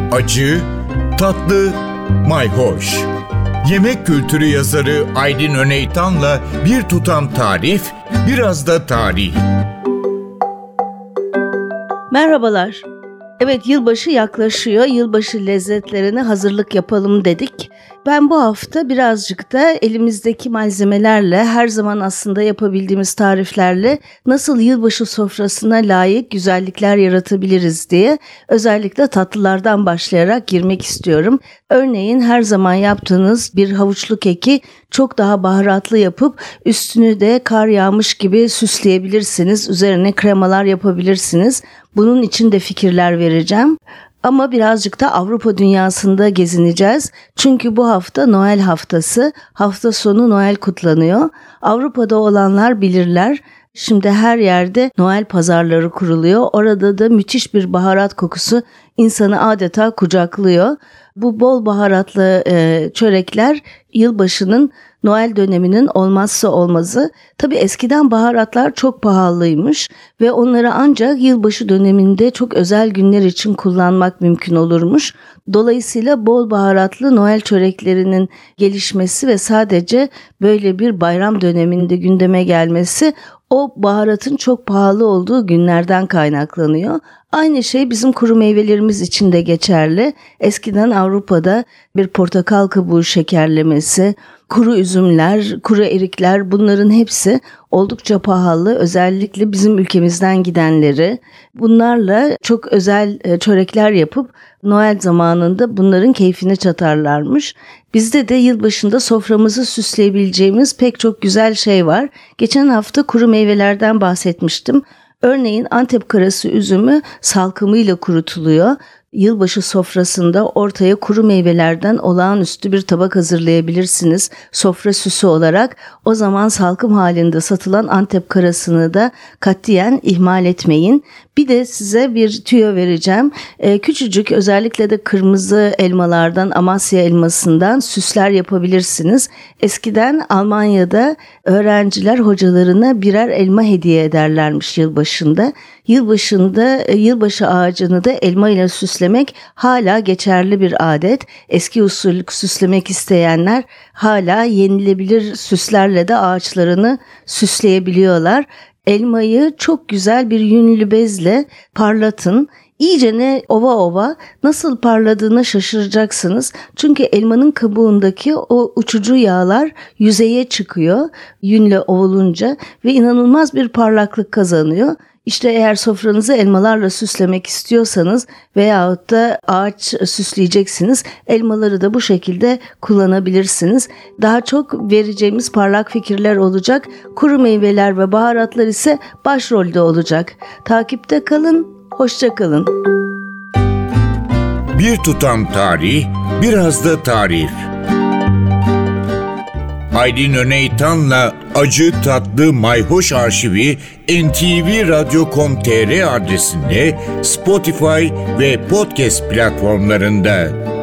acı, tatlı, mayhoş. Yemek kültürü yazarı Aydin Öneytan'la bir tutam tarif, biraz da tarih. Merhabalar. Evet, yılbaşı yaklaşıyor. Yılbaşı lezzetlerine hazırlık yapalım dedik. Ben bu hafta birazcık da elimizdeki malzemelerle, her zaman aslında yapabildiğimiz tariflerle nasıl yılbaşı sofrasına layık güzellikler yaratabiliriz diye özellikle tatlılardan başlayarak girmek istiyorum. Örneğin her zaman yaptığınız bir havuçlu keki çok daha baharatlı yapıp üstünü de kar yağmış gibi süsleyebilirsiniz. Üzerine kremalar yapabilirsiniz. Bunun için de fikirler vereceğim. Ama birazcık da Avrupa dünyasında gezineceğiz. Çünkü bu hafta Noel haftası, hafta sonu Noel kutlanıyor. Avrupa'da olanlar bilirler. Şimdi her yerde Noel pazarları kuruluyor. Orada da müthiş bir baharat kokusu insanı adeta kucaklıyor. Bu bol baharatlı çörekler yılbaşının, Noel döneminin olmazsa olmazı. Tabii eskiden baharatlar çok pahalıymış ve onları ancak yılbaşı döneminde çok özel günler için kullanmak mümkün olurmuş. Dolayısıyla bol baharatlı Noel çöreklerinin gelişmesi ve sadece böyle bir bayram döneminde gündeme gelmesi o baharatın çok pahalı olduğu günlerden kaynaklanıyor. Aynı şey bizim kuru meyvelerimiz için de geçerli. Eskiden Avrupa'da bir portakal kabuğu şekerlemesi, kuru üzümler, kuru erikler, bunların hepsi oldukça pahalı. Özellikle bizim ülkemizden gidenleri bunlarla çok özel çörekler yapıp Noel zamanında bunların keyfini çatarlarmış. Bizde de yılbaşında soframızı süsleyebileceğimiz pek çok güzel şey var. Geçen hafta kuru meyvelerden bahsetmiştim. Örneğin Antep karası üzümü salkımıyla kurutuluyor. Yılbaşı sofrasında ortaya kuru meyvelerden olağanüstü bir tabak hazırlayabilirsiniz sofra süsü olarak. O zaman salkım halinde satılan Antep karasını da katiyen ihmal etmeyin. Bir de size bir tüyo vereceğim. Küçücük, özellikle de kırmızı elmalardan, Amasya elmasından süsler yapabilirsiniz. Eskiden Almanya'da öğrenciler hocalarına birer elma hediye ederlermiş yılbaşında. Yılbaşı ağacını da elma ile süslemek hala geçerli bir adet. Eski usul süslemek isteyenler hala yenilebilir süslerle de ağaçlarını süsleyebiliyorlar. Elmayı çok güzel bir yünlü bezle parlatın. İyicene ova ova, nasıl parladığına şaşıracaksınız. Çünkü elmanın kabuğundaki o uçucu yağlar yüzeye çıkıyor yünle ovulunca ve inanılmaz bir parlaklık kazanıyor. İşte eğer sofranızı elmalarla süslemek istiyorsanız veyahut da ağaç süsleyeceksiniz, elmaları da bu şekilde kullanabilirsiniz. Daha çok vereceğimiz parlak fikirler olacak. Kuru meyveler ve baharatlar ise başrolde olacak. Takipte kalın, hoşça kalın. Bir tutam tarih, biraz da tarif. Aydin Öneytan'la acı, tatlı, mayhoş arşivi ntvradio.com.tr adresinde, Spotify ve podcast platformlarında.